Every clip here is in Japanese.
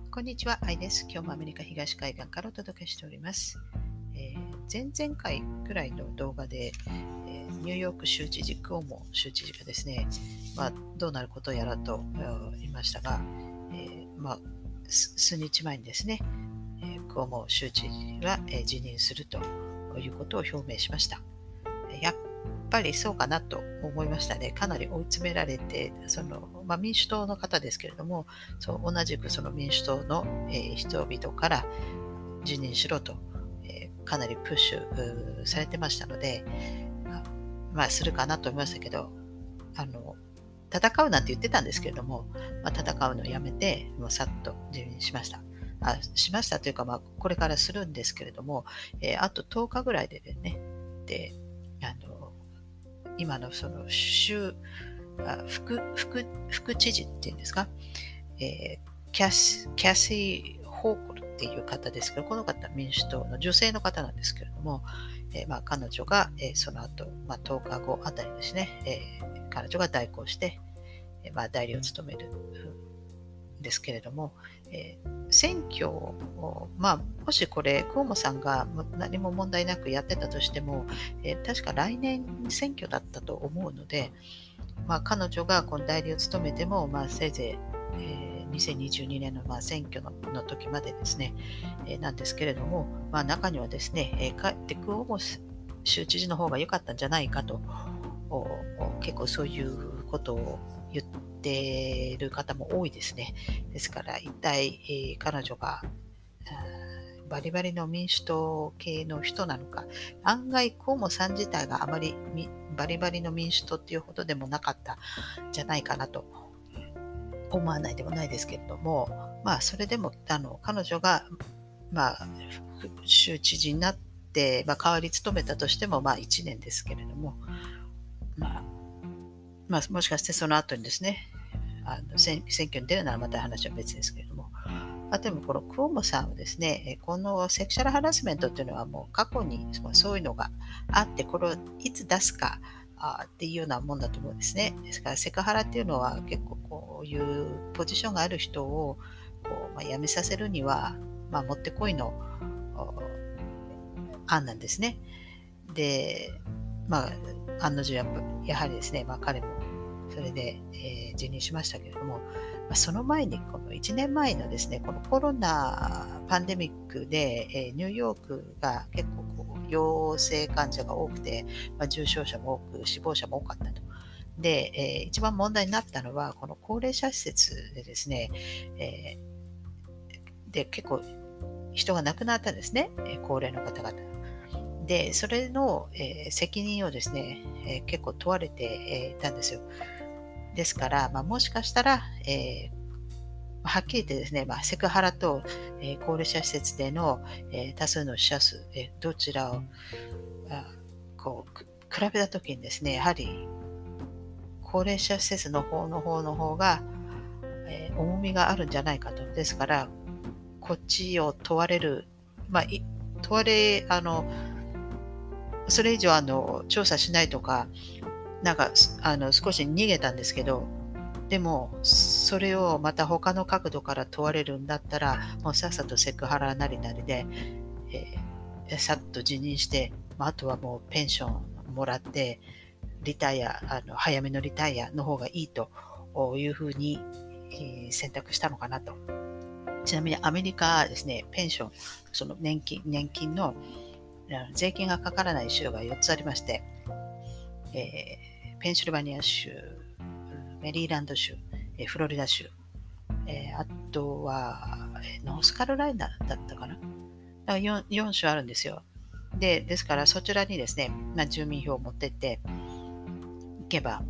こんにちは、アイです。今日もアメリカ東海岸からお届けしております。前々回くらいの動画で、ニューヨーク州知事、クオモ州知事がですね、どうなることやらと言いましたが、数日前にですね、クオモ州知事は、辞任するということを表明しました。やっぱりそうかなと思いましたね。かなり追い詰められて、民主党の方ですけれども、同じくその民主党の、人々から辞任しろと、かなりプッシュされてましたので、するかなと思いましたけど、戦うなんて言ってたんですけれども、戦うのをやめて、もうさっと辞任しました。しましたというか、これからするんですけれども、あと10日ぐらいでね、で、今のその副知事っていうんですか、キャシー・ホーコルっていう方ですけど、この方は民主党の女性の方なんですけれども、彼女が、その後、10日後あたりですね、彼女が代行して、代理を務めるんですけれども、選挙を、もしこれ、クオモさんが何も問題なくやってたとしても、確か来年選挙だったと思うので、彼女がこの代理を務めても、せいぜい、2022年の選挙の時までですね、なんですけれども、中にはですね、かえってクオモ州知事の方が良かったんじゃないかと、結構そういうことを言っている方も多いですね。ですから、一体、彼女がバリバリの民主党系の人なのか、案外、クオモさん自体があまりバリバリの民主党っていうほどでもなかったんじゃないかなと思わないでもないですけれども、それでも彼女が、州知事になって、代わり務めたとしても、1年ですけれども、もしかしてその後にですね、選挙に出るならまた話は別ですけれども、でもこのクオモさんはですね、このセクシャルハラスメントっていうのはもう過去にそういうのがあって、これをいつ出すかっていうようなもんだと思うんですね。ですからセクハラっていうのは結構こういうポジションがある人を辞めさせるには、もってこいの案なんですね。で、案の定やはりですね、彼もそれで、辞任しましたけれども、その前に、この1年前のですね、このコロナパンデミックで、ニューヨークが結構陽性患者が多くて、重症者も多く、死亡者も多かったと。で、一番問題になったのは、この高齢者施設でですね、で結構人が亡くなったんですね、高齢の方々。で、それの、責任をですね、結構問われていたんですよ。ですから、もしかしたら、はっきり言ってですね、セクハラと、高齢者施設での、多数の死者数、どちらを比べたときにですね、やはり高齢者施設の方が、重みがあるんじゃないかと。ですから、こっちを問われる、問われ、それ以上調査しないとか、少し逃げたんですけど、でも、それをまた他の角度から問われるんだったら、もうさっさとセクハラなりなりで、さっと辞任して、あとはもうペンションもらって、リタイア、早めのリタイアの方がいいというふうに、選択したのかなと。ちなみにアメリカはですね、ペンション、その年金の税金がかからない州が4つありまして、ペンシルバニア州、メリーランド州、フロリダ州、あとはノースカロライナだったかな。だから 4州あるんですよ。ですからそちらにですね、住民票を持ってって行けば、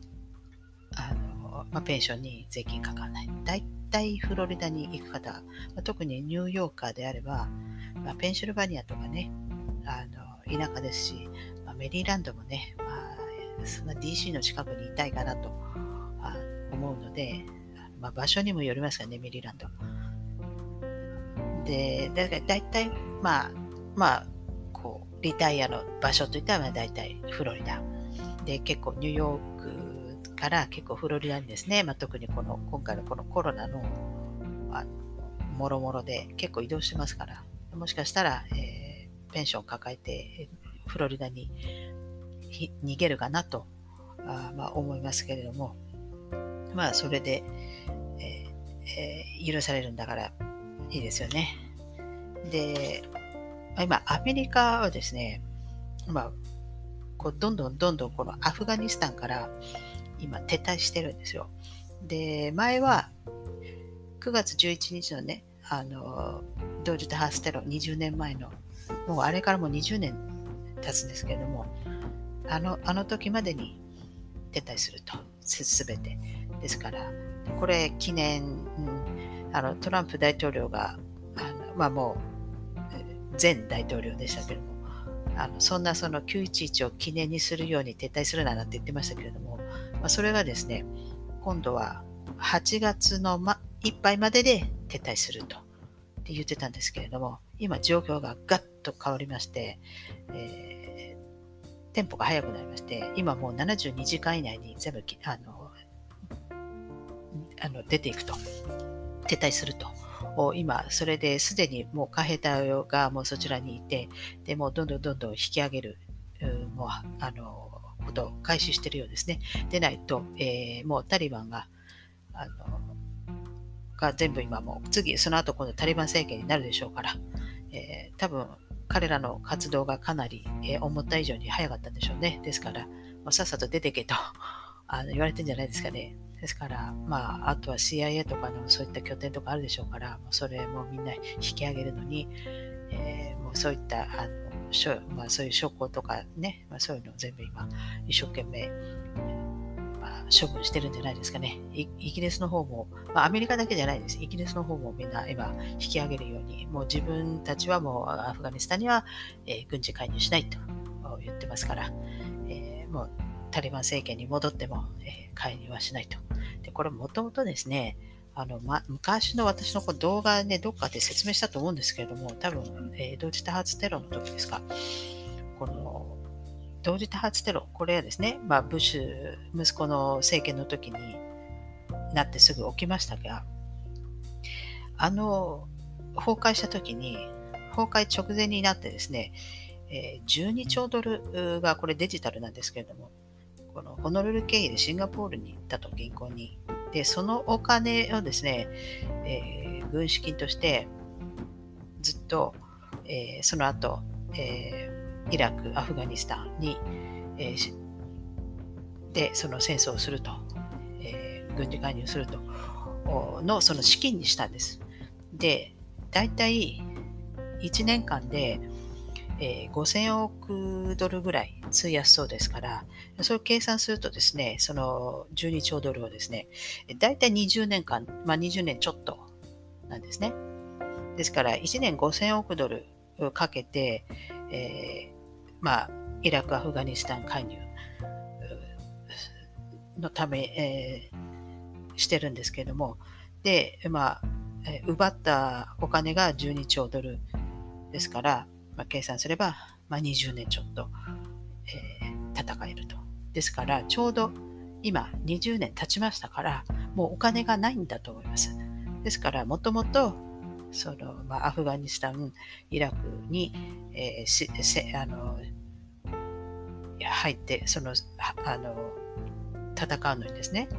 ペンションに税金かからない。だいたいフロリダに行く方、特にニューヨーカーであれば、ペンシルバニアとかね、田舎ですし、メリーランドもね、そんな DC の近くにいたいかなと思うので、場所にもよりますがね、メリーランド。で、だいたい、リタイアの場所といったら、だいたいフロリダ。で、結構ニューヨークから結構フロリダにですね、特に今回のこのコロナのもろもろで結構移動してますから、もしかしたら、ペンションを抱えてフロリダに逃げるかなと思いますけれども、それで、許されるんだからいいですよね。で、今アメリカはですね、どんどんこのアフガニスタンから今撤退してるんですよ。で、前は9月11日のね、同時多発テロ、20年前の、もうあれからもう20年経つんですけれども、あの時までに撤退すると、すべて。ですから、これ記念、トランプ大統領が、もう前大統領でしたけれども、そんなその911を記念にするように撤退するななんて言ってましたけれども、それがですね、今度は8月の、いっぱいまでで撤退するとって言ってたんですけれども、今状況がガッと変わりまして、テンポが速くなりまして、今もう72時間以内に全部出ていくと、撤退すると。今、それですでにもう貨幣隊がもうそちらにいて、でもうどんどん引き上げる、もうことを開始しているようですね。でないと、もうタリバンが全部今もう次、その後今度タリバン政権になるでしょうから、多分彼らの活動がかなり、思った以上に早かったんでしょうね。ですから、さっさと出てけと言われてんじゃないですかね。ですから、あとは CIA とかのそういった拠点とかあるでしょうから、それもみんな引き上げるのに、もうそういったそういう証拠とかね、そういうのを全部今一生懸命、処分してるんじゃないですかね。イギリスの方も、アメリカだけじゃないです。イギリスの方もみんな今引き上げるように、もう自分たちはもうアフガニスタンには、軍事介入しないと言ってますから、もうタリバン政権に戻っても、介入はしないと。で、これもともとですね、昔の私の動画ね、どっかで説明したと思うんですけれども、多分、同時多発テロの時ですか。この同時多発テロ、これはですね、ブッシュ、息子の政権の時になってすぐ起きましたが、崩壊した時に、崩壊直前になってですね、12兆ドルがこれデジタルなんですけれども、このホノルル経由でシンガポールに行ったと、銀行に。で、そのお金をですね、軍資金としてずっと、その後、イラク、アフガニスタンに、でその戦争をすると、軍事介入するとのその資金にしたんです。で、だいたい1年間で、5000億ドルぐらい費やすそうですから、それを計算するとですね、その12兆ドルをですね、だいたい20年間、20年ちょっとなんですね。ですから、1年5000億ドルかけて、イラク、アフガニスタン介入のため、してるんですけれども、で、奪ったお金が12兆ドルですから、計算すれば、20年ちょっと、戦えると。ですから、ちょうど今20年経ちましたから、もうお金がないんだと思います。ですから、もともとアフガニスタン、イラクに、入って、戦うのにですね、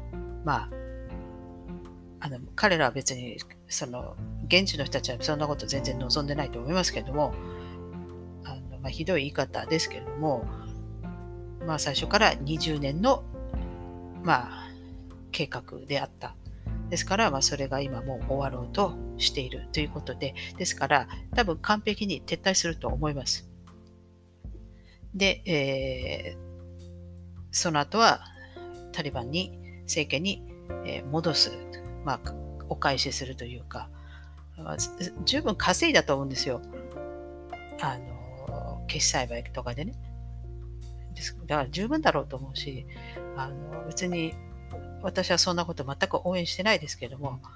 彼らは別に現地の人たちはそんなこと全然望んでないと思いますけれども、ひどい言い方ですけれども、最初から20年の、計画であった。ですから、それが今もう終わろうとしているということで、ですから多分完璧に撤退すると思います。で、その後はタリバンに政権に戻す、お返しするというか、十分稼いだと思うんですよ。決済売とかでね。だから十分だろうと思うし、別に私はそんなこと全く応援してないですけども、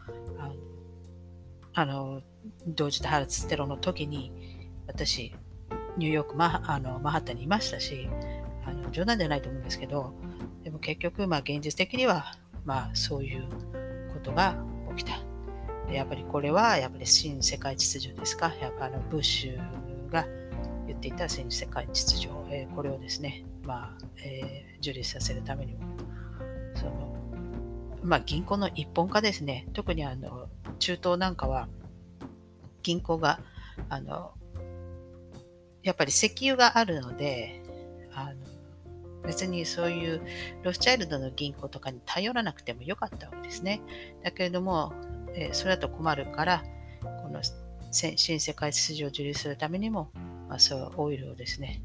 同時多発テロの時に私、ニューヨークマハッタンにいましたし、冗談じゃないと思うんですけど、でも結局、現実的には、そういうことが起きた。 やっぱりこれはやっぱり新世界秩序ですか。やっぱブッシュが言っていた新世界秩序、これをですね、樹立させるためにも、その銀行の一本化ですね。特に中東なんかは銀行があのやっぱり石油があるので、別にそういうロスチャイルドの銀行とかに頼らなくてもよかったわけですね。だけれども、それだと困るから、この新世界秩序を樹立するためにも、そうオイルをですね、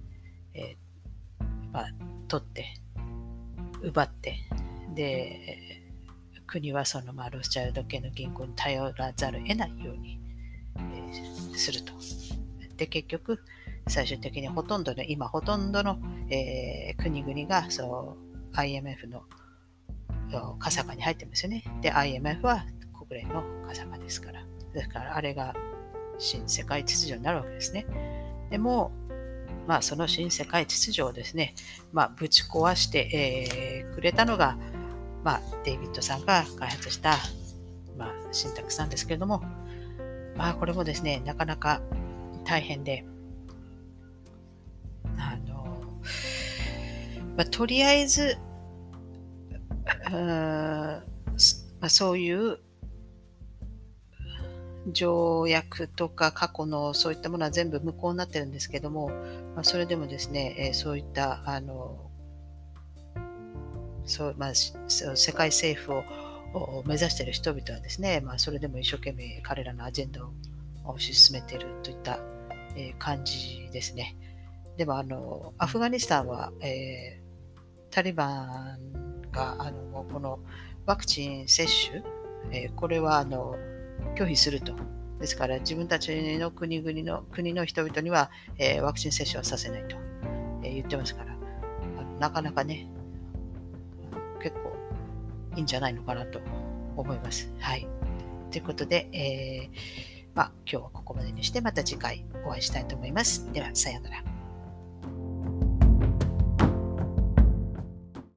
取って、奪って、で、国はそのロスチャイルド系の銀行に頼らざるを得ないように、すると。で、結局、最終的に今ほとんどの、国々がIMF の傘下に入ってますよね。で、IMF は国連の傘下ですから。ですからあれが新世界秩序になるわけですね。でも、その新世界秩序をですね、ぶち壊して、くれたのが、デイビッドさんが開発した、シンタックスなんですけれども、これもですね、なかなか大変で、とりあえず、そういう条約とか過去のそういったものは全部無効になってるんですけども、それでもですね、そういった世界政府を目指している人々はですね、それでも一生懸命彼らのアジェンダを推し進めているといった感じですね。でもアフガニスタンは、タリバンがこのワクチン接種、これは拒否すると。ですから自分たちの国の人々には、ワクチン接種はさせないと、言ってますから、なかなかね、結構いいんじゃないのかなと思います。はい。ということで、今日はここまでにしてまた次回お会いしたいと思います。では、さようなら。